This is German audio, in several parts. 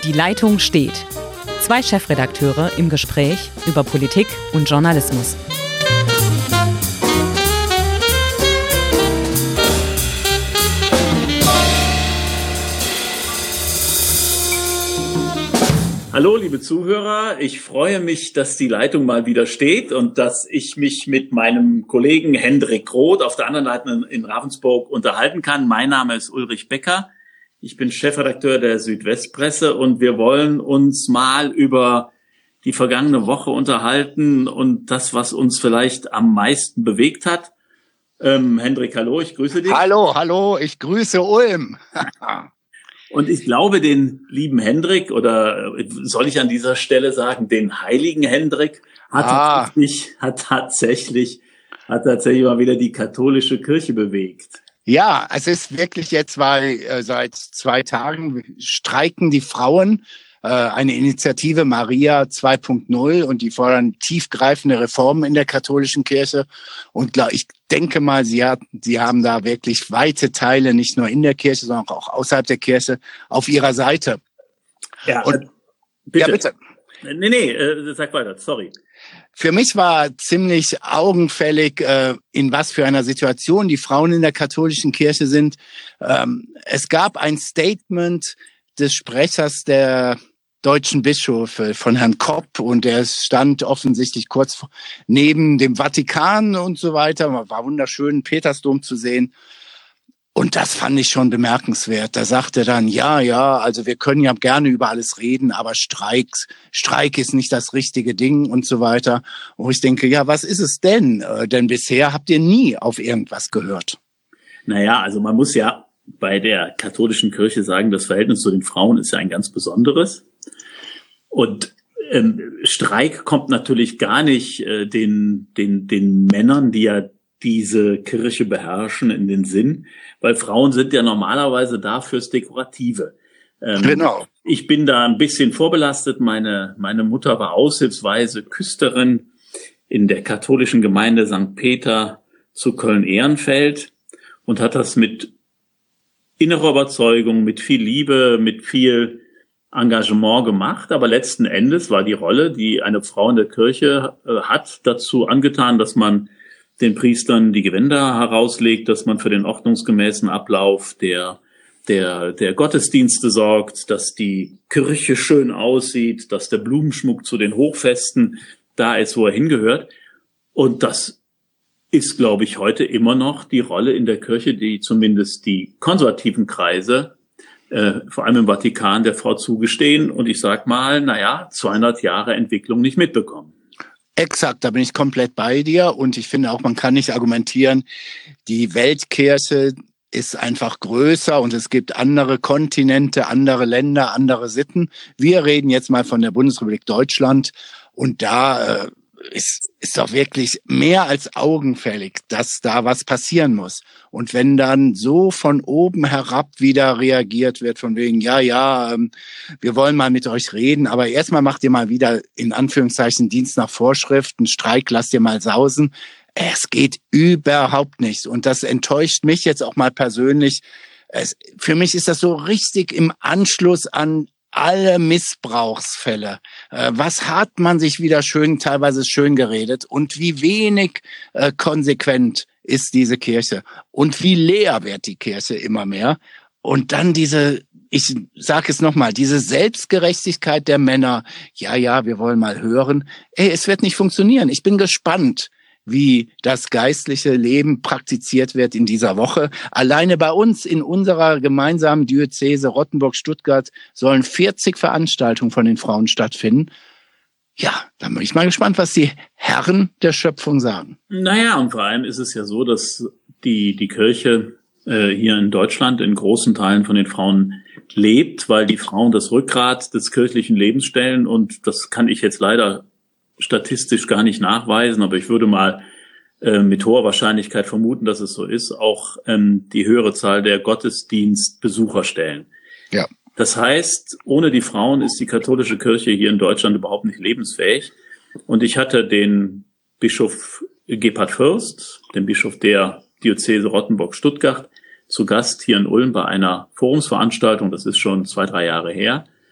Die Leitung steht. 2 Chefredakteure im Gespräch über Politik und Journalismus. Hallo, liebe Zuhörer. Ich freue mich, dass die Leitung mal wieder steht und dass ich mich mit meinem Kollegen Hendrik Roth auf der anderen Seite in Ravensburg unterhalten kann. Mein Name ist Ulrich Becker. Ich bin Chefredakteur der Südwestpresse und wir wollen uns mal über die vergangene Woche unterhalten und das, was uns vielleicht am meisten bewegt hat. Hendrik, hallo, ich grüße dich. Hallo, ich grüße Ulm. Und ich glaube, den lieben Hendrik, oder soll ich an dieser Stelle sagen, den heiligen Hendrik, hat tatsächlich mal wieder die katholische Kirche bewegt. Ja, es ist wirklich jetzt, weil seit 2 Tagen streiken die Frauen, eine Initiative Maria 2.0, und die fordern tiefgreifende Reformen in der katholischen Kirche. Und ich denke mal, sie haben da wirklich weite Teile, nicht nur in der Kirche, sondern auch außerhalb der Kirche, auf ihrer Seite. Ja, und, bitte. Ja, bitte. Nee, sag weiter, sorry. Für mich war ziemlich augenfällig, in was für einer Situation die Frauen in der katholischen Kirche sind. Es gab ein Statement des Sprechers der deutschen Bischöfe von Herrn Kopp, und der stand offensichtlich kurz neben dem Vatikan und so weiter. War wunderschön, Petersdom zu sehen. Und das fand ich schon bemerkenswert. Da sagte er dann, ja, also wir können ja gerne über alles reden, aber Streik ist nicht das richtige Ding und so weiter. Und ich denke, ja, was ist es denn? Denn bisher habt ihr nie auf irgendwas gehört. Naja, also man muss ja bei der katholischen Kirche sagen, das Verhältnis zu den Frauen ist ja ein ganz besonderes. Und Streik kommt natürlich gar nicht den Männern, die ja diese Kirche beherrschen, in den Sinn, weil Frauen sind ja normalerweise da fürs Dekorative. Genau. Ich bin da ein bisschen vorbelastet. Meine Mutter war aushilfsweise Küsterin in der katholischen Gemeinde St. Peter zu Köln-Ehrenfeld und hat das mit innerer Überzeugung, mit viel Liebe, mit viel Engagement gemacht, aber letzten Endes war die Rolle, die eine Frau in der Kirche hat, dazu angetan, dass man den Priestern die Gewänder herauslegt, dass man für den ordnungsgemäßen Ablauf der Gottesdienste sorgt, dass die Kirche schön aussieht, dass der Blumenschmuck zu den Hochfesten da ist, wo er hingehört. Und das ist, glaube ich, heute immer noch die Rolle in der Kirche, die zumindest die konservativen Kreise vor allem im Vatikan der Frau zugestehen und ich sag mal, 200 Jahre Entwicklung nicht mitbekommen. Exakt, da bin ich komplett bei dir, und ich finde auch, man kann nicht argumentieren, die Weltkirche ist einfach größer und es gibt andere Kontinente, andere Länder, andere Sitten. Wir reden jetzt mal von der Bundesrepublik Deutschland, und da ist doch wirklich mehr als augenfällig, dass da was passieren muss. Und wenn dann so von oben herab wieder reagiert wird, von wegen, wir wollen mal mit euch reden, aber erstmal macht ihr mal wieder, in Anführungszeichen, Dienst nach Vorschrift, einen Streik, lasst ihr mal sausen. Es geht überhaupt nicht. Und das enttäuscht mich jetzt auch mal persönlich. Für mich ist das so richtig im Anschluss an alle Missbrauchsfälle. Was hat man sich wieder teilweise schön geredet, und wie wenig konsequent ist diese Kirche und wie leer wird die Kirche immer mehr. Und dann ich sage es nochmal, diese Selbstgerechtigkeit der Männer, wir wollen mal hören. Es wird nicht funktionieren. Ich bin gespannt, wie das geistliche Leben praktiziert wird in dieser Woche. Alleine bei uns in unserer gemeinsamen Diözese Rottenburg-Stuttgart sollen 40 Veranstaltungen von den Frauen stattfinden. Ja, da bin ich mal gespannt, was die Herren der Schöpfung sagen. Und vor allem ist es ja so, dass die Kirche hier in Deutschland in großen Teilen von den Frauen lebt, weil die Frauen das Rückgrat des kirchlichen Lebens stellen, und das kann ich jetzt leider statistisch gar nicht nachweisen, aber ich würde mal mit hoher Wahrscheinlichkeit vermuten, dass es so ist, auch die höhere Zahl der Gottesdienstbesucher stellen. Ja. Das heißt, ohne die Frauen ist die katholische Kirche hier in Deutschland überhaupt nicht lebensfähig. Und ich hatte den Bischof Gebhard Fürst, den Bischof der Diözese Rottenburg-Stuttgart, zu Gast hier in Ulm bei einer Forumsveranstaltung. Das ist schon 2-3 Jahre her.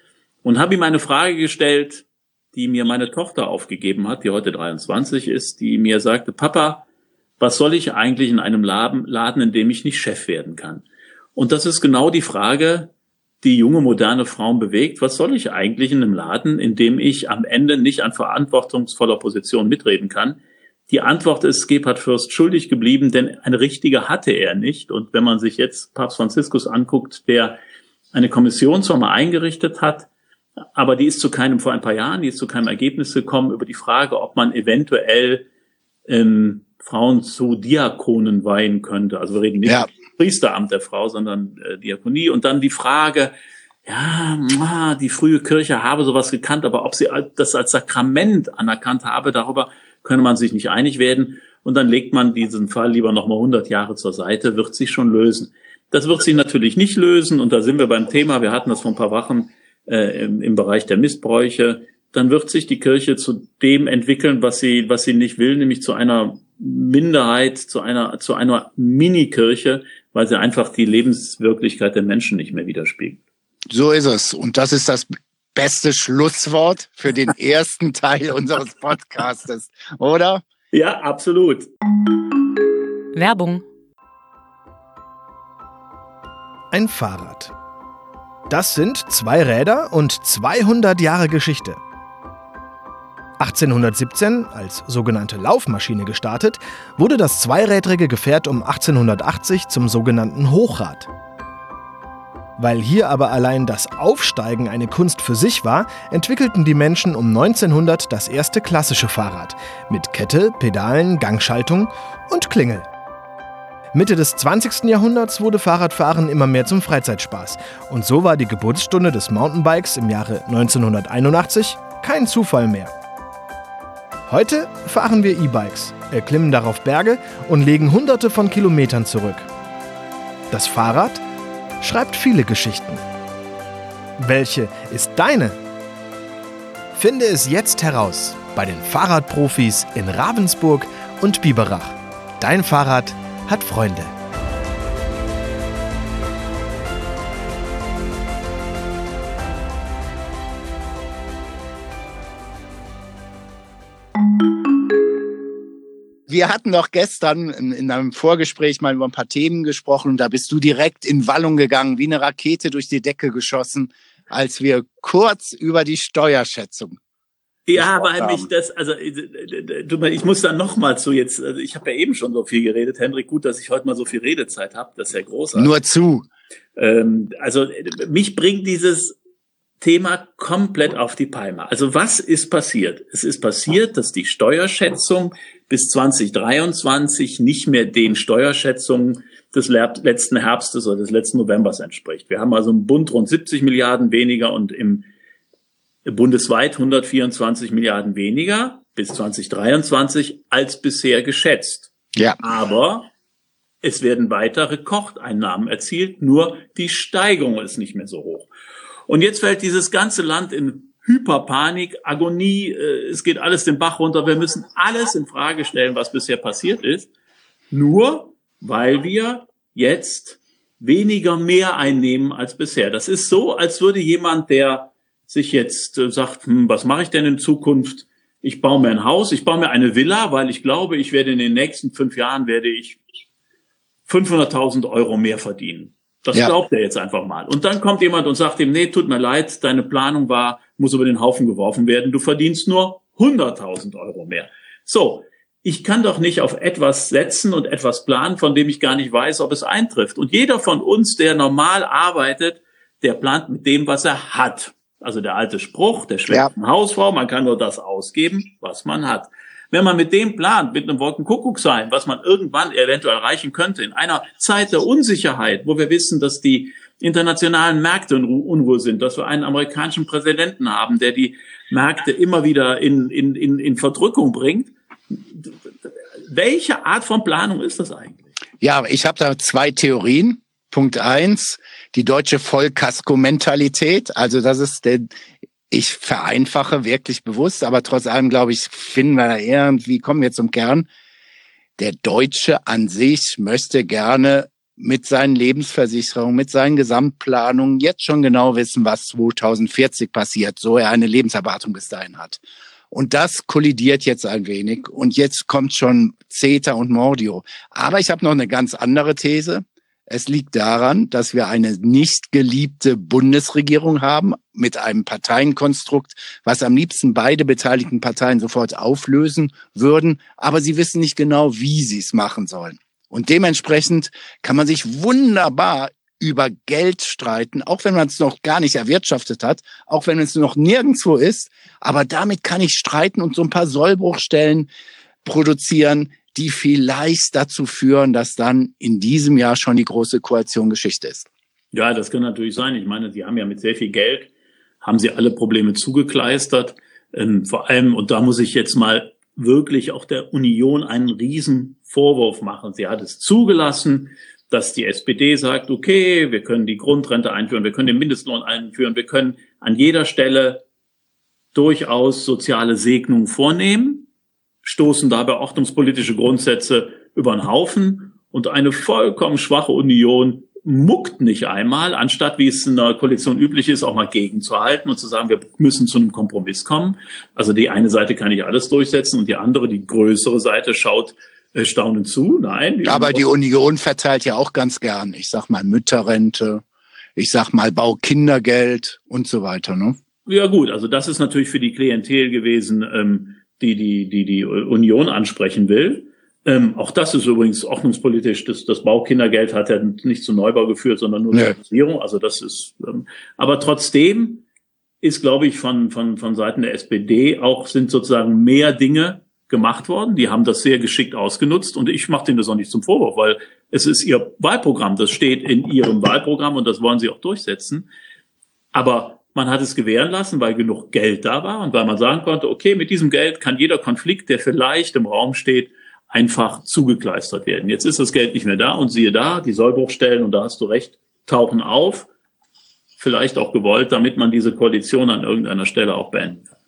und habe ihm eine Frage gestellt, die mir meine Tochter aufgegeben hat, die heute 23 ist, die mir sagte, Papa, was soll ich eigentlich in einem Laden, in dem ich nicht Chef werden kann? Und das ist genau die Frage, die junge, moderne Frauen bewegt. Was soll ich eigentlich in einem Laden, in dem ich am Ende nicht an verantwortungsvoller Position mitreden kann? Die Antwort ist Gebhard Fürst schuldig geblieben, denn eine richtige hatte er nicht. Und wenn man sich jetzt Papst Franziskus anguckt, der eine Kommission zwar mal eingerichtet hat, aber die ist vor ein paar Jahren, die ist zu keinem Ergebnis gekommen über die Frage, ob man eventuell Frauen zu Diakonen weihen könnte. Also wir reden nicht vom Priesteramt der Frau, sondern Diakonie. Und dann die Frage, die frühe Kirche habe sowas gekannt, aber ob sie das als Sakrament anerkannt habe, darüber könne man sich nicht einig werden. Und dann legt man diesen Fall lieber nochmal 100 Jahre zur Seite, wird sich schon lösen. Das wird sich natürlich nicht lösen. Und da sind wir beim Thema, wir hatten das vor ein paar Wochen im Bereich der Missbräuche. Dann wird sich die Kirche zu dem entwickeln, was sie nicht will, nämlich zu einer Minderheit, zu einer Mini-Kirche, weil sie einfach die Lebenswirklichkeit der Menschen nicht mehr widerspiegelt. So ist es. Und das ist das beste Schlusswort für den ersten Teil unseres Podcastes, oder? Ja, absolut. Werbung. Ein Fahrrad. Das sind 2 Räder und 200 Jahre Geschichte. 1817, als sogenannte Laufmaschine gestartet, wurde das zweirädrige Gefährt um 1880 zum sogenannten Hochrad. Weil hier aber allein das Aufsteigen eine Kunst für sich war, entwickelten die Menschen um 1900 das erste klassische Fahrrad mit Kette, Pedalen, Gangschaltung und Klingel. Mitte des 20. Jahrhunderts wurde Fahrradfahren immer mehr zum Freizeitspaß und so war die Geburtsstunde des Mountainbikes im Jahre 1981 kein Zufall mehr. Heute fahren wir E-Bikes, erklimmen darauf Berge und legen Hunderte von Kilometern zurück. Das Fahrrad schreibt viele Geschichten. Welche ist deine? Finde es jetzt heraus bei den Fahrradprofis in Ravensburg und Biberach. Dein Fahrrad hat Freunde. Wir hatten doch gestern in einem Vorgespräch mal über ein paar Themen gesprochen und da bist du direkt in Wallung gegangen, wie eine Rakete durch die Decke geschossen, als wir kurz über die Steuerschätzung. Ja, weil mich das, ich muss dann noch mal zu jetzt, also ich habe ja eben schon so viel geredet, Hendrik, gut, dass ich heute mal so viel Redezeit habe, das ist ja großartig. Nur zu. Mich bringt dieses Thema komplett auf die Palme. Also was ist passiert? Es ist passiert, dass die Steuerschätzung bis 2023 nicht mehr den Steuerschätzungen des letzten Herbstes oder des letzten Novembers entspricht. Wir haben also im Bund rund 70 Milliarden weniger und bundesweit 124 Milliarden weniger bis 2023 als bisher geschätzt. Ja. Aber es werden weiter Rekordeinnahmen erzielt, nur die Steigerung ist nicht mehr so hoch. Und jetzt fällt dieses ganze Land in Hyperpanik, Agonie, es geht alles den Bach runter, wir müssen alles in Frage stellen, was bisher passiert ist, nur weil wir jetzt weniger mehr einnehmen als bisher. Das ist so, als würde jemand, der sich jetzt sagt, was mache ich denn in Zukunft? Ich baue mir ein Haus, ich baue mir eine Villa, weil ich glaube, ich werde in den nächsten 5 Jahren 500.000 Euro mehr verdienen. Das glaubt er jetzt einfach mal. Und dann kommt jemand und sagt ihm, nee, tut mir leid, deine Planung muss über den Haufen geworfen werden. Du verdienst nur 100.000 Euro mehr. So, ich kann doch nicht auf etwas setzen und etwas planen, von dem ich gar nicht weiß, ob es eintrifft. Und jeder von uns, der normal arbeitet, der plant mit dem, was er hat. Also der alte Spruch, der schwäbischen Hausfrau, man kann nur das ausgeben, was man hat. Wenn man mit dem plant, mit einem Wolkenkuckucksheim, was man irgendwann eventuell erreichen könnte, in einer Zeit der Unsicherheit, wo wir wissen, dass die internationalen Märkte in Unruhe sind, dass wir einen amerikanischen Präsidenten haben, der die Märkte immer wieder in Verdrückung bringt. Welche Art von Planung ist das eigentlich? Ja, ich habe da 2 Theorien. Punkt 1, die deutsche Vollkasko-Mentalität. Also das ist ich vereinfache wirklich bewusst, aber trotz allem, glaube ich, finden wir da irgendwie, kommen wir zum Kern. Der Deutsche an sich möchte gerne mit seinen Lebensversicherungen, mit seinen Gesamtplanungen jetzt schon genau wissen, was 2040 passiert, so er eine Lebenserwartung bis dahin hat. Und das kollidiert jetzt ein wenig. Und jetzt kommt schon CETA und Mordio. Aber ich habe noch eine ganz andere These. Es liegt daran, dass wir eine nicht geliebte Bundesregierung haben mit einem Parteienkonstrukt, was am liebsten beide beteiligten Parteien sofort auflösen würden. Aber sie wissen nicht genau, wie sie es machen sollen. Und dementsprechend kann man sich wunderbar über Geld streiten, auch wenn man es noch gar nicht erwirtschaftet hat, auch wenn es noch nirgendwo ist. Aber damit kann ich streiten und so ein paar Sollbruchstellen produzieren, die vielleicht dazu führen, dass dann in diesem Jahr schon die große Koalition Geschichte ist. Ja, das kann natürlich sein. Ich meine, Sie haben ja mit sehr viel Geld, haben Sie alle Probleme zugekleistert. Vor allem, und da muss ich jetzt mal wirklich auch der Union einen riesen Vorwurf machen. Sie hat es zugelassen, dass die SPD sagt, okay, wir können die Grundrente einführen, wir können den Mindestlohn einführen, wir können an jeder Stelle durchaus soziale Segnungen vornehmen, stoßen dabei ordnungspolitische Grundsätze über den Haufen und eine vollkommen schwache Union muckt nicht einmal, anstatt, wie es in der Koalition üblich ist, auch mal gegenzuhalten und zu sagen, wir müssen zu einem Kompromiss kommen. Also die eine Seite kann nicht alles durchsetzen und die andere, die größere Seite, schaut staunend zu. Nein. Aber die Union verteilt ja auch ganz gern, ich sag mal Mütterrente, ich sag mal Baukindergeld und so weiter, ne? Ja gut, also das ist natürlich für die Klientel gewesen, die Union ansprechen will. Auch das ist übrigens ordnungspolitisch. Das Baukindergeld hat ja nicht zu Neubau geführt, sondern nur zur Sanierung. Also das ist, aber trotzdem ist, glaube ich, von Seiten der SPD sind sozusagen mehr Dinge gemacht worden. Die haben das sehr geschickt ausgenutzt und ich mache denen das auch nicht zum Vorwurf, weil es ist ihr Wahlprogramm. Das steht in ihrem Wahlprogramm und das wollen sie auch durchsetzen. Aber man hat es gewähren lassen, weil genug Geld da war und weil man sagen konnte, okay, mit diesem Geld kann jeder Konflikt, der vielleicht im Raum steht, einfach zugekleistert werden. Jetzt ist das Geld nicht mehr da und siehe da, die Sollbruchstellen, und da hast du recht, tauchen auf, vielleicht auch gewollt, damit man diese Koalition an irgendeiner Stelle auch beenden kann.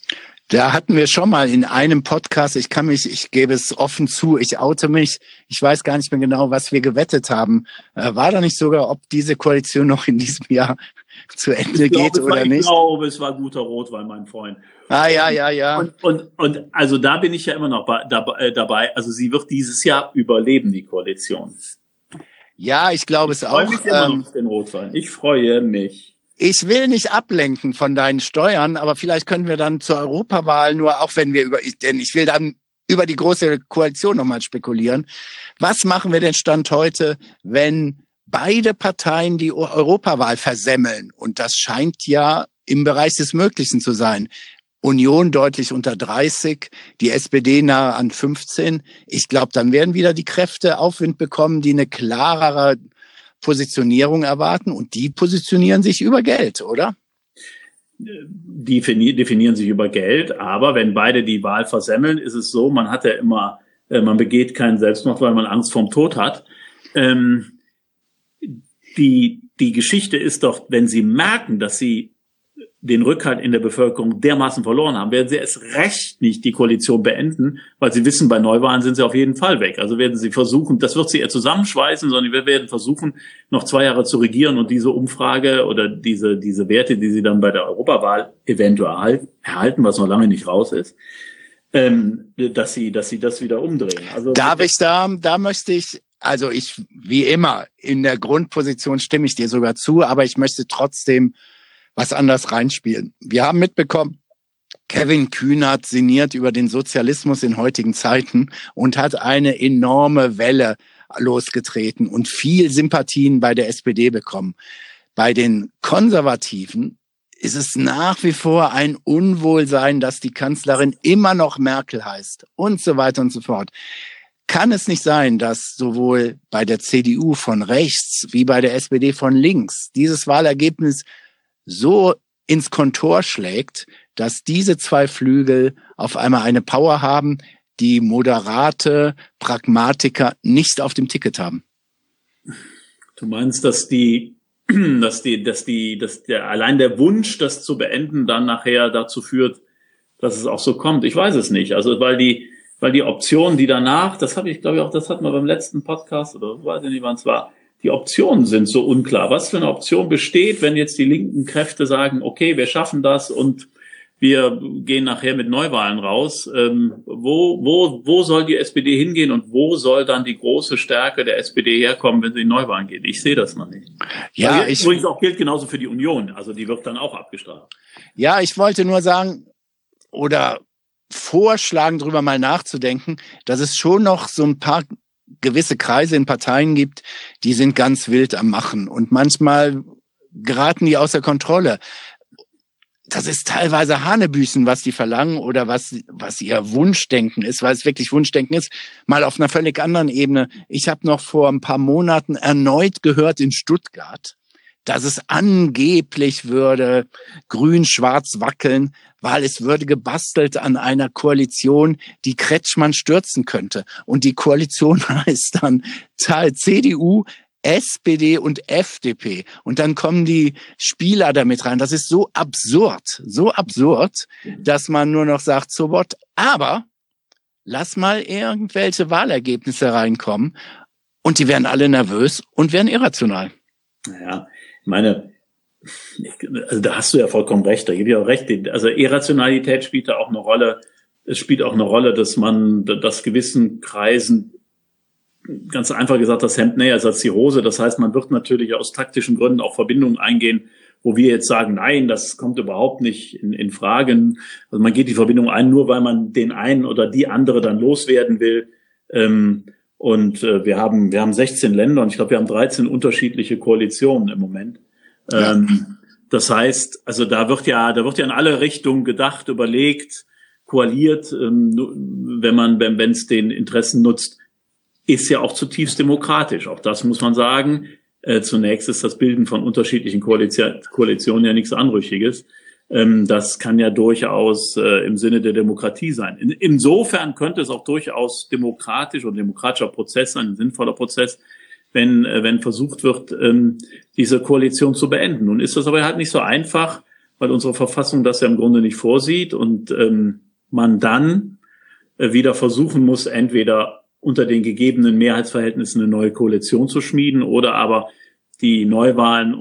Da hatten wir schon mal in einem Podcast, ich gebe es offen zu, ich oute mich, ich weiß gar nicht mehr genau, was wir gewettet haben. War da nicht sogar, ob diese Koalition noch in diesem Jahr zu Ende geht oder nicht? Ich glaube, es war guter Rotwein, mein Freund. Ja. Und also da bin ich ja immer noch dabei. Also sie wird dieses Jahr überleben, die Koalition. Ja, ich glaube es auch. Ich freue mich immer noch auf den Rotwein. Ich freue mich. Ich will nicht ablenken von deinen Steuern, aber vielleicht können wir dann zur Europawahl nur, auch wenn wir denn ich will dann über die große Koalition nochmal spekulieren. Was machen wir denn Stand heute, wenn beide Parteien die Europawahl versemmeln? Und das scheint ja im Bereich des Möglichen zu sein. Union deutlich unter 30, die SPD nahe an 15. Ich glaube, dann werden wieder die Kräfte Aufwind bekommen, die eine klarere Positionierung erwarten, und die positionieren sich über Geld, oder? Die definieren sich über Geld, aber wenn beide die Wahl versemmeln, ist es so, man hat ja immer, man begeht keinen Selbstmord, weil man Angst vorm Tod hat. Die Geschichte ist doch, wenn sie merken, dass sie den Rückhalt in der Bevölkerung dermaßen verloren haben, werden sie erst recht nicht die Koalition beenden, weil sie wissen, bei Neuwahlen sind sie auf jeden Fall weg. Also werden sie versuchen, das wird sie eher zusammenschweißen, sondern wir werden versuchen, noch 2 Jahre zu regieren und diese Umfrage oder diese Werte, die sie dann bei der Europawahl eventuell erhalten, was noch lange nicht raus ist, dass sie das wieder umdrehen. Also da möchte ich, also wie immer, in der Grundposition stimme ich dir sogar zu, aber ich möchte trotzdem was anderes reinspielen. Wir haben mitbekommen, Kevin Kühnert sinniert über den Sozialismus in heutigen Zeiten und hat eine enorme Welle losgetreten und viel Sympathien bei der SPD bekommen. Bei den Konservativen ist es nach wie vor ein Unwohlsein, dass die Kanzlerin immer noch Merkel heißt und so weiter und so fort. Kann es nicht sein, dass sowohl bei der CDU von rechts wie bei der SPD von links dieses Wahlergebnis so ins Kontor schlägt, dass diese 2 Flügel auf einmal eine Power haben, die moderate Pragmatiker nicht auf dem Ticket haben? Du meinst, dass allein der Wunsch, das zu beenden, dann nachher dazu führt, dass es auch so kommt? Ich weiß es nicht. Also, weil die Option, die danach, das habe ich, glaube ich, auch, das hatten wir beim letzten Podcast, oder weiß ich nicht, wann es war, die Optionen sind so unklar. Was für eine Option besteht, wenn jetzt die linken Kräfte sagen, okay, wir schaffen das und wir gehen nachher mit Neuwahlen raus. Wo soll die SPD hingehen und wo soll dann die große Stärke der SPD herkommen, wenn sie in Neuwahlen geht? Ich sehe das noch nicht. Ja, übrigens auch gilt genauso für die Union. Also die wird dann auch abgestraft. Ja, ich wollte nur sagen oder vorschlagen, drüber mal nachzudenken, dass es schon noch so ein paar gewisse Kreise in Parteien gibt, die sind ganz wild am Machen und manchmal geraten die außer Kontrolle. Das ist teilweise Hanebüchen, was die verlangen oder was ihr Wunschdenken ist, weil es wirklich Wunschdenken ist, mal auf einer völlig anderen Ebene. Ich habe noch vor ein paar Monaten erneut gehört in Stuttgart, dass es angeblich würde grün-schwarz wackeln, weil es würde gebastelt an einer Koalition, die Kretschmann stürzen könnte. Und die Koalition heißt dann CDU, SPD und FDP. Und dann kommen die Spieler damit rein. Das ist so absurd, dass man nur noch sagt, so what? Aber lass mal irgendwelche Wahlergebnisse reinkommen und die werden alle nervös und werden irrational. Naja, ich meine, also da hast du ja vollkommen recht, da gebe ich auch recht. Also Irrationalität spielt da auch eine Rolle. Es spielt auch eine Rolle, dass gewissen Kreisen ganz einfach gesagt, das Hemd näher ist als die Hose. Das heißt, man wird natürlich aus taktischen Gründen auch Verbindungen eingehen, wo wir jetzt sagen, nein, das kommt überhaupt nicht in Frage. Also man geht die Verbindung ein, nur weil man den einen oder die andere dann loswerden will. Wir haben 16 Länder und ich glaube, wir haben 13 unterschiedliche Koalitionen im Moment. Ja. Das heißt, also da wird ja in alle Richtungen gedacht, überlegt, koaliert, wenn es den Interessen nutzt. Ist ja auch zutiefst demokratisch. Auch das muss man sagen. Zunächst ist das Bilden von unterschiedlichen Koalitionen ja nichts Anrüchiges. Das kann ja durchaus im Sinne der Demokratie sein. Insofern könnte es auch durchaus demokratisch und demokratischer Prozess sein, ein sinnvoller Prozess, wenn versucht wird, diese Koalition zu beenden. Nun ist das aber halt nicht so einfach, weil unsere Verfassung das ja im Grunde nicht vorsieht und man dann wieder versuchen muss, entweder unter den gegebenen Mehrheitsverhältnissen eine neue Koalition zu schmieden oder aber die Neuwahlen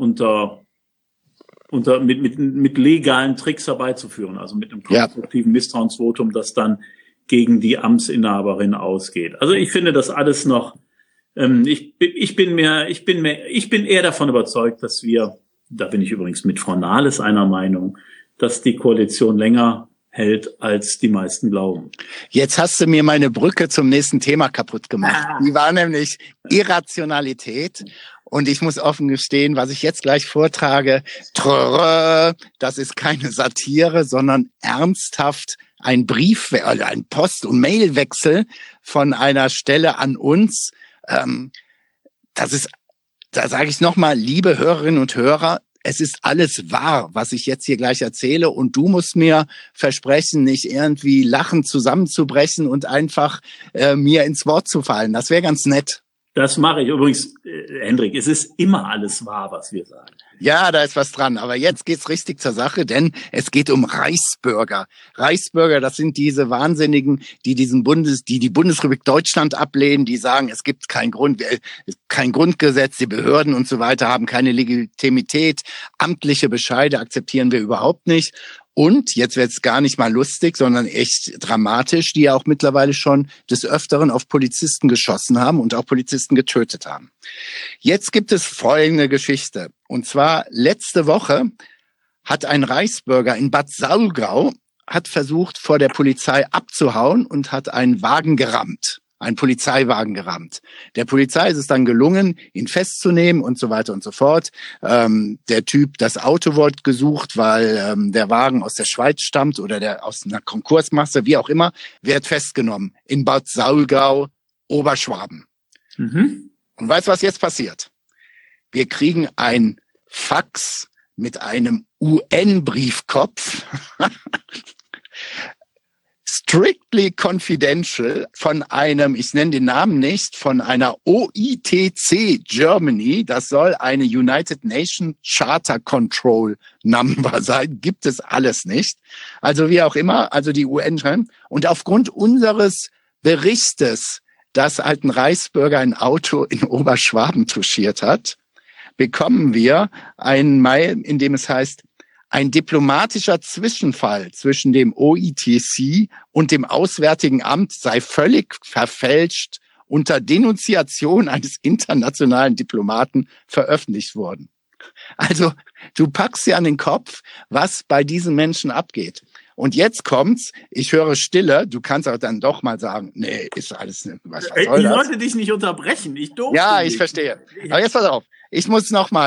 mit legalen Tricks herbeizuführen, also mit einem konstruktiven Misstrauensvotum, das dann gegen die Amtsinhaberin ausgeht. Also ich finde das alles noch, ich bin eher davon überzeugt, dass wir, da bin ich übrigens mit Frau Nahles einer Meinung, dass die Koalition länger hält, als die meisten glauben. Jetzt hast du mir meine Brücke zum nächsten Thema kaputt gemacht. Die war nämlich Irrationalität. Und ich muss offen gestehen, was ich jetzt gleich vortrage, das ist keine Satire, sondern ernsthaft ein ein Post- und Mailwechsel von einer Stelle an uns. Da sage ich nochmal, liebe Hörerinnen und Hörer, es ist alles wahr, was ich jetzt hier gleich erzähle und du musst mir versprechen, nicht irgendwie lachend zusammenzubrechen und einfach mir ins Wort zu fallen. Das wäre ganz nett. Das mache ich übrigens, Hendrik. Es ist immer alles wahr, was wir sagen. Ja, da ist was dran. Aber jetzt geht's richtig zur Sache, denn es geht um Reichsbürger. Reichsbürger, das sind diese Wahnsinnigen, die die Bundesrepublik Deutschland ablehnen, die sagen, es gibt kein Grundgesetz, die Behörden und so weiter haben keine Legitimität, amtliche Bescheide akzeptieren wir überhaupt nicht. Und jetzt wird's gar nicht mal lustig, sondern echt dramatisch, die ja auch mittlerweile schon des Öfteren auf Polizisten geschossen haben und auch Polizisten getötet haben. Jetzt gibt es folgende Geschichte. Und zwar letzte Woche hat ein Reichsbürger in Bad Saulgau versucht, vor der Polizei abzuhauen und hat einen Polizeiwagen gerammt. Der Polizei ist es dann gelungen, ihn festzunehmen und so weiter und so fort. Der Typ, das Auto wurde gesucht, weil der Wagen aus der Schweiz stammt oder aus einer Konkursmasse, wie auch immer, wird festgenommen in Bad Saulgau, Oberschwaben. Mhm. Und weißt du, was jetzt passiert? Wir kriegen ein Fax mit einem UN-Briefkopf. Strictly confidential von einem, ich nenne den Namen nicht, von einer OITC Germany, das soll eine United Nations Charter Control Number sein, gibt es alles nicht. Also wie auch immer, also die UN, und aufgrund unseres Berichtes dass halt ein Reichsbürger ein Auto in Oberschwaben touchiert hat, bekommen wir einen Mail, in dem es heißt, ein diplomatischer Zwischenfall zwischen dem OITC und dem Auswärtigen Amt sei völlig verfälscht unter Denunziation eines internationalen Diplomaten veröffentlicht worden. Also du packst dir an den Kopf, was bei diesen Menschen abgeht. Und jetzt kommt's, ich höre Stille, du kannst auch dann doch mal sagen, nee, ist alles nicht, was soll das? Ich wollte dich nicht unterbrechen, ich durfte Ja, nicht. ich verstehe. Aber jetzt pass auf, ich muss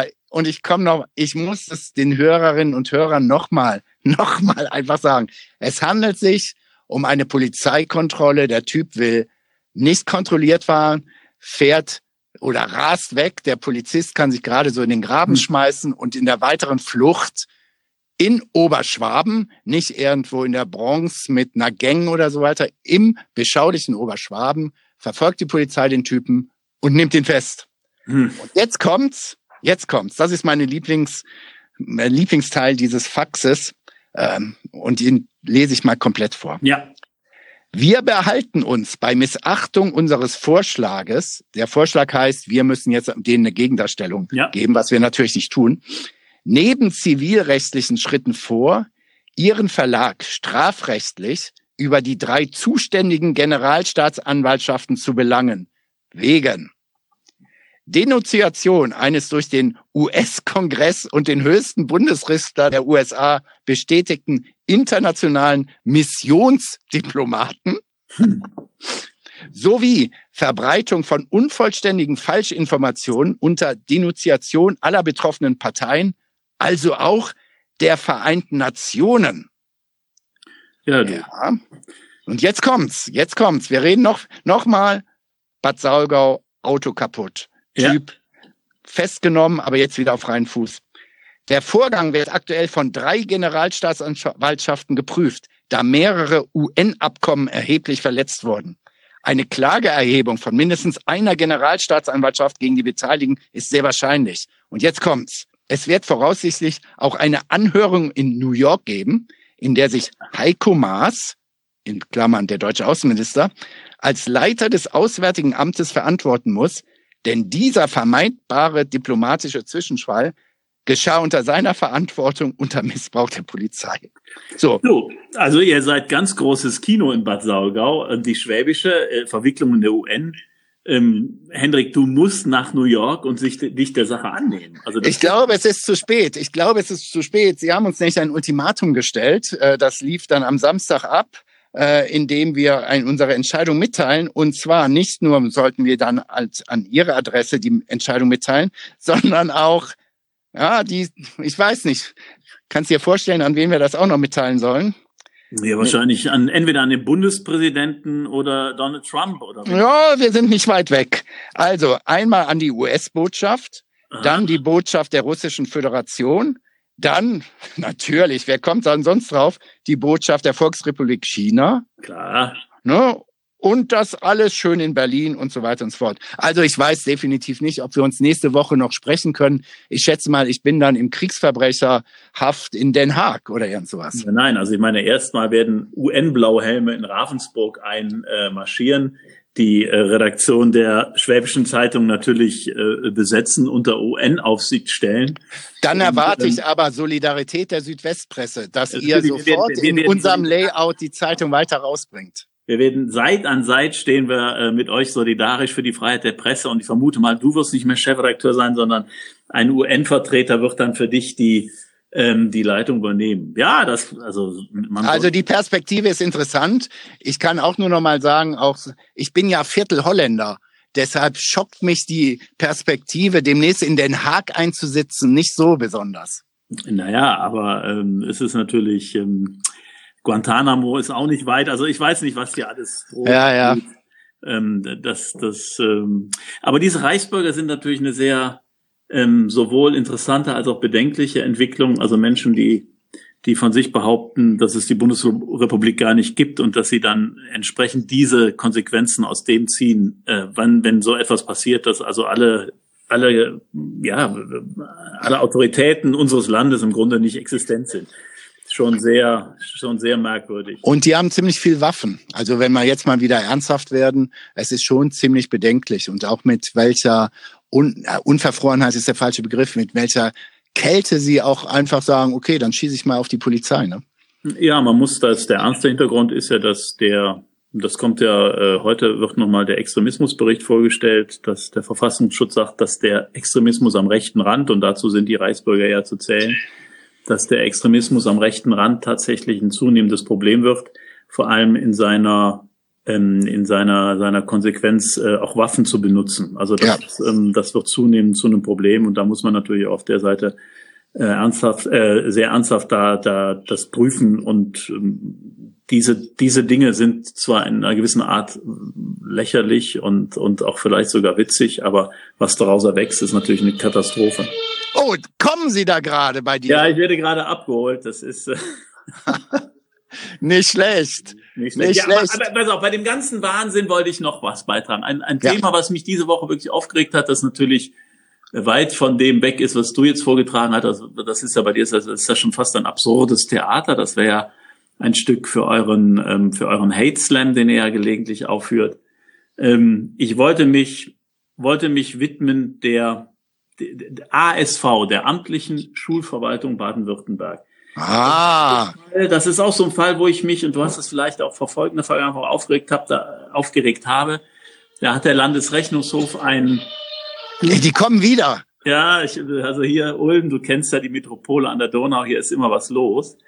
es den Hörerinnen und Hörern nochmal einfach sagen. Es handelt sich um eine Polizeikontrolle, der Typ will nicht kontrolliert fahren, fährt oder rast weg, der Polizist kann sich gerade so in den Graben schmeißen und in der weiteren Flucht in Oberschwaben, nicht irgendwo in der Bronx mit einer Gang oder so weiter, im beschaulichen Oberschwaben verfolgt die Polizei den Typen und nimmt ihn fest. Und jetzt kommt's, das ist mein Lieblingsteil dieses Faxes, und ihn lese ich mal komplett vor. Ja. Wir behalten uns bei Missachtung unseres Vorschlages, der Vorschlag heißt, wir müssen jetzt denen eine Gegendarstellung geben, was wir natürlich nicht tun, neben zivilrechtlichen Schritten vor, Ihren Verlag strafrechtlich über die 3 zuständigen Generalstaatsanwaltschaften zu belangen, wegen Denunziation eines durch den US-Kongress und den höchsten Bundesrichter der USA bestätigten internationalen Missionsdiplomaten sowie Verbreitung von unvollständigen Falschinformationen unter Denunziation aller betroffenen Parteien, also auch der Vereinten Nationen. Ja. Und jetzt kommt's. Wir reden noch mal Bad Saulgau, Auto kaputt. Typ festgenommen, aber jetzt wieder auf freien Fuß. Der Vorgang wird aktuell von 3 Generalstaatsanwaltschaften geprüft, da mehrere UN-Abkommen erheblich verletzt wurden. Eine Klageerhebung von mindestens einer Generalstaatsanwaltschaft gegen die Beteiligten ist sehr wahrscheinlich. Und jetzt kommt's. Es wird voraussichtlich auch eine Anhörung in New York geben, in der sich Heiko Maas, in Klammern der deutsche Außenminister, als Leiter des Auswärtigen Amtes verantworten muss, denn dieser vermeintbare diplomatische Zwischenfall geschah unter seiner Verantwortung unter Missbrauch der Polizei. So, also ihr seid ganz großes Kino in Bad Saulgau. Die schwäbische Verwicklung in der UN. Hendrik, du musst nach New York und dich der Sache annehmen. Also ich glaube, es ist zu spät. Sie haben uns nicht ein Ultimatum gestellt. Das lief dann am Samstag ab, indem wir unsere Entscheidung mitteilen. Und zwar nicht nur sollten wir dann an Ihre Adresse die Entscheidung mitteilen, sondern auch, ich weiß nicht, kannst du dir vorstellen, an wen wir das auch noch mitteilen sollen? Ja, wahrscheinlich entweder an den Bundespräsidenten oder Donald Trump oder. Ja, wir sind nicht weit weg. Also einmal an die US-Botschaft, dann die Botschaft der Russischen Föderation, dann natürlich, wer kommt dann sonst drauf, die Botschaft der Volksrepublik China. Klar. Ne? Und das alles schön in Berlin und so weiter und so fort. Also ich weiß definitiv nicht, ob wir uns nächste Woche noch sprechen können. Ich schätze mal, ich bin dann im Kriegsverbrecherhaft in Den Haag oder irgend sowas. Nein, also ich meine, erstmal werden UN-Blauhelme in Ravensburg einmarschieren, die Redaktion der Schwäbischen Zeitung natürlich besetzen, unter UN-Aufsicht stellen. Dann erwarte ich aber Solidarität der Südwestpresse, dass ihr sofort in unserem Layout die Zeitung weiter rausbringt. Wir werden Seit an Seit stehen wir mit euch solidarisch für die Freiheit der Presse, und ich vermute mal, du wirst nicht mehr Chefredakteur sein, sondern ein UN-Vertreter wird dann für dich die Leitung übernehmen. Ja, also die Perspektive ist interessant. Ich kann auch nur noch mal sagen, ich bin ja Viertel Holländer. Deshalb schockt mich die Perspektive, demnächst in Den Haag einzusitzen, nicht so besonders. Naja, aber es ist natürlich Guantanamo ist auch nicht weit. Also ich weiß nicht, was hier alles droht. Ja. Aber diese Reichsbürger sind natürlich eine sehr sowohl interessante als auch bedenkliche Entwicklung. Also Menschen, die von sich behaupten, dass es die Bundesrepublik gar nicht gibt und dass sie dann entsprechend diese Konsequenzen aus dem ziehen, wenn so etwas passiert, dass also alle Autoritäten unseres Landes im Grunde nicht existent sind. schon sehr merkwürdig. Und die haben ziemlich viel Waffen. Also wenn wir jetzt mal wieder ernsthaft werden, es ist schon ziemlich bedenklich. Und auch mit welcher Unverfrorenheit ist der falsche Begriff, mit welcher Kälte sie auch einfach sagen, okay, dann schieße ich mal auf die Polizei, ne? Ja, der ernste Hintergrund ist ja, das kommt ja, heute wird nochmal der Extremismusbericht vorgestellt, dass der Verfassungsschutz sagt, dass der Extremismus am rechten Rand, und dazu sind die Reichsbürger ja zu zählen, dass der Extremismus am rechten Rand tatsächlich ein zunehmendes Problem wird, vor allem in seiner Konsequenz auch Waffen zu benutzen. Also das wird zunehmend zu einem Problem, und da muss man natürlich auf der Seite sehr ernsthaft da das prüfen, und diese Dinge sind zwar in einer gewissen Art lächerlich und auch vielleicht sogar witzig, aber was daraus erwächst, ist natürlich eine Katastrophe. Oh, kommen Sie da gerade bei dir? Ja, ich werde gerade abgeholt. Das ist nicht schlecht. Aber pass auf, bei dem ganzen Wahnsinn wollte ich noch was beitragen. Ein Thema, was mich diese Woche wirklich aufgeregt hat, das natürlich weit von dem weg ist, was du jetzt vorgetragen hast. Also, das ist ja bei dir, das ist ja schon fast ein absurdes Theater. Das wäre ja ein Stück für euren Hate Slam, den ihr ja gelegentlich aufführt. Ich wollte mich widmen der ASV, der amtlichen Schulverwaltung Baden-Württemberg. Das ist auch so ein Fall, wo ich mich, und du hast es vielleicht auch verfolgt, in der Vergangenheit aufgeregt habe. Da hat der Landesrechnungshof die kommen wieder. Ja, also hier Ulm, du kennst ja die Metropole an der Donau, hier ist immer was los.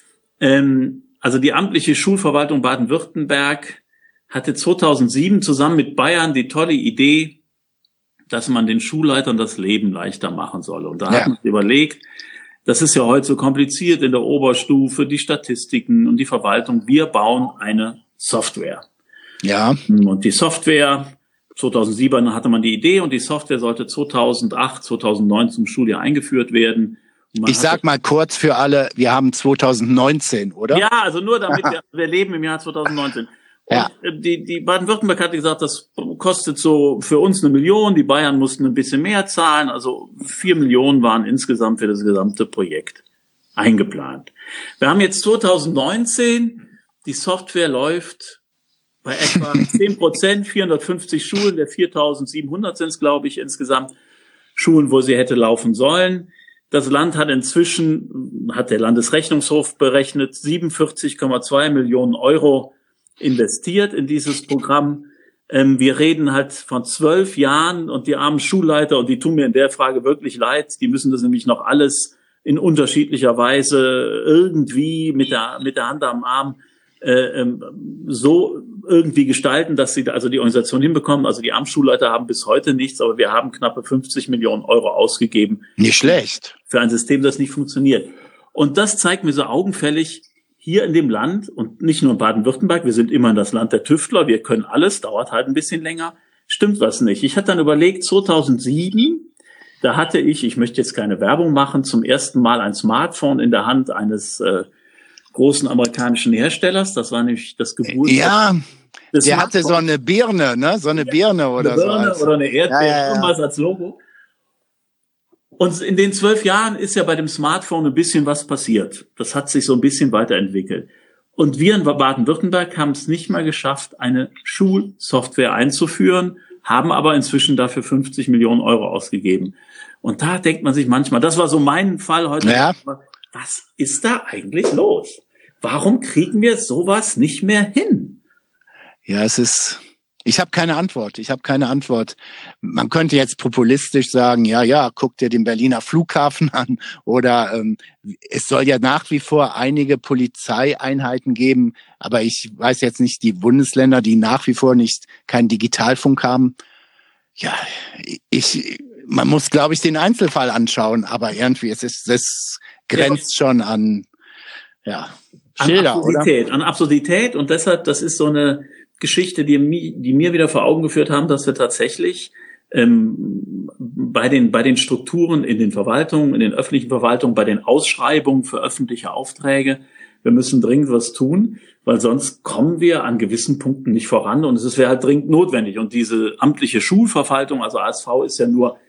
Also die amtliche Schulverwaltung Baden-Württemberg hatte 2007 zusammen mit Bayern die tolle Idee, dass man den Schulleitern das Leben leichter machen solle. Und da hat man überlegt, das ist ja heute so kompliziert in der Oberstufe, die Statistiken und die Verwaltung. Wir bauen eine Software. Ja. Und die Software, 2007 hatte man die Idee, und die Software sollte 2008, 2009 zum Schuljahr eingeführt werden. Ich sag mal kurz für alle, wir haben 2019, oder? Ja, also nur damit wir leben im Jahr 2019. Und die Baden-Württemberg hatte gesagt, das kostet so für uns 1 Million, die Bayern mussten ein bisschen mehr zahlen, also 4 Millionen waren insgesamt für das gesamte Projekt eingeplant. Wir haben jetzt 2019, die Software läuft bei etwa 10%, 450 Schulen, der 4.700 sind es, glaube ich, insgesamt Schulen, wo sie hätte laufen sollen. Das Land hat der Landesrechnungshof berechnet, 47,2 Millionen Euro investiert in dieses Programm. Wir reden halt von 12 Jahren, und die armen Schulleiter, und die tun mir in der Frage wirklich leid, die müssen das nämlich noch alles in unterschiedlicher Weise irgendwie mit der Hand am Arm so irgendwie gestalten, dass sie also die Organisation hinbekommen. Also die Amtsschulleiter haben bis heute nichts, aber wir haben knappe 50 Millionen Euro ausgegeben. Nicht schlecht. Für ein System, das nicht funktioniert. Und das zeigt mir so augenfällig, hier in dem Land, und nicht nur in Baden-Württemberg, wir sind immer das Land der Tüftler, wir können alles, dauert halt ein bisschen länger, stimmt was nicht. Ich hatte dann überlegt, 2007, da hatte ich möchte jetzt keine Werbung machen, zum ersten Mal ein Smartphone in der Hand eines großen amerikanischen Herstellers, das war nämlich das Geburtstag. Ja, der hatte so eine Birne, ne? So eine Birne oder so. Oder eine Erdbeere, irgendwas als Logo. Und in den 12 Jahren ist ja bei dem Smartphone ein bisschen was passiert. Das hat sich so ein bisschen weiterentwickelt. Und wir in Baden-Württemberg haben es nicht mal geschafft, eine Schulsoftware einzuführen, haben aber inzwischen dafür 50 Millionen Euro ausgegeben. Und da denkt man sich manchmal, das war so mein Fall heute, was ist da eigentlich los? Warum kriegen wir sowas nicht mehr hin? Ja, ich habe keine Antwort. Man könnte jetzt populistisch sagen, guck dir den Berliner Flughafen an, oder es soll ja nach wie vor einige Polizeieinheiten geben, aber ich weiß jetzt nicht, die Bundesländer, die nach wie vor keinen Digitalfunk haben. Ja, man muss, glaube ich, den Einzelfall anschauen, aber irgendwie es grenzt schon an Schilder, an Absurdität, und deshalb, das ist so eine Geschichte, die mir wieder vor Augen geführt haben, dass wir tatsächlich bei den Strukturen in den Verwaltungen, in den öffentlichen Verwaltungen, bei den Ausschreibungen für öffentliche Aufträge, wir müssen dringend was tun, weil sonst kommen wir an gewissen Punkten nicht voran, und es wäre halt dringend notwendig. Und diese amtliche Schulverwaltung, also ASV, ist ja nur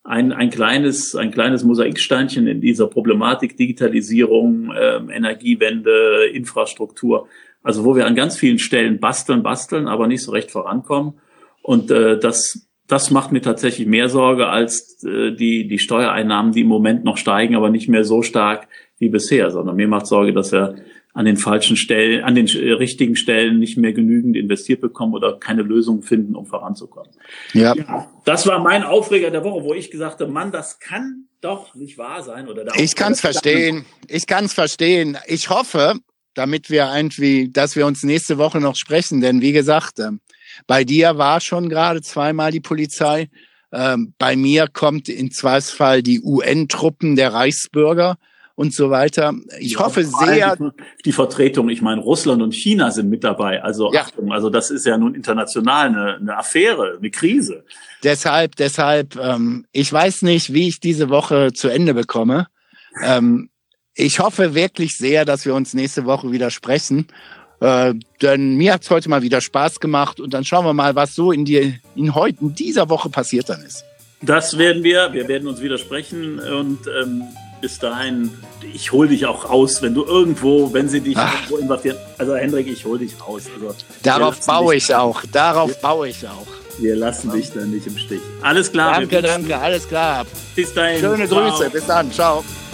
ein kleines Mosaiksteinchen in dieser Problematik Digitalisierung, Energiewende, Infrastruktur. Also wo wir an ganz vielen Stellen basteln, aber nicht so recht vorankommen. Und das macht mir tatsächlich mehr Sorge als die Steuereinnahmen, die im Moment noch steigen, aber nicht mehr so stark wie bisher, sondern mir macht Sorge, dass wir an den falschen Stellen, an den richtigen Stellen nicht mehr genügend investiert bekommen oder keine Lösung finden, um voranzukommen. Ja. Das war mein Aufreger der Woche, wo ich gesagt habe, Mann, das kann doch nicht wahr sein. Ich kann es verstehen. Ich hoffe, dass wir uns nächste Woche noch sprechen, denn wie gesagt, bei dir war schon gerade zweimal die Polizei. Bei mir kommt im Zweifelsfall die UN-Truppen der Reichsbürger und so weiter. Ich hoffe sehr. Die Vertretung, ich meine, Russland und China sind mit dabei. Also ja. Achtung, also das ist ja nun international eine Affäre, eine Krise. Deshalb, ich weiß nicht, wie ich diese Woche zu Ende bekomme. Ich hoffe wirklich sehr, dass wir uns nächste Woche wieder sprechen. Denn mir hat's heute mal wieder Spaß gemacht und dann schauen wir mal, was so in dieser Woche passiert dann ist. Das werden wir werden uns wieder sprechen und bis dahin, ich hol dich auch raus, wenn du irgendwo, wenn sie dich irgendwo investieren. Also Hendrik, ich hol dich raus. Also, darauf baue ich auch. Wir lassen dich dann nicht im Stich. Alles klar. Danke, alles klar. Bis dahin. Schöne Grüße, bis dann, ciao.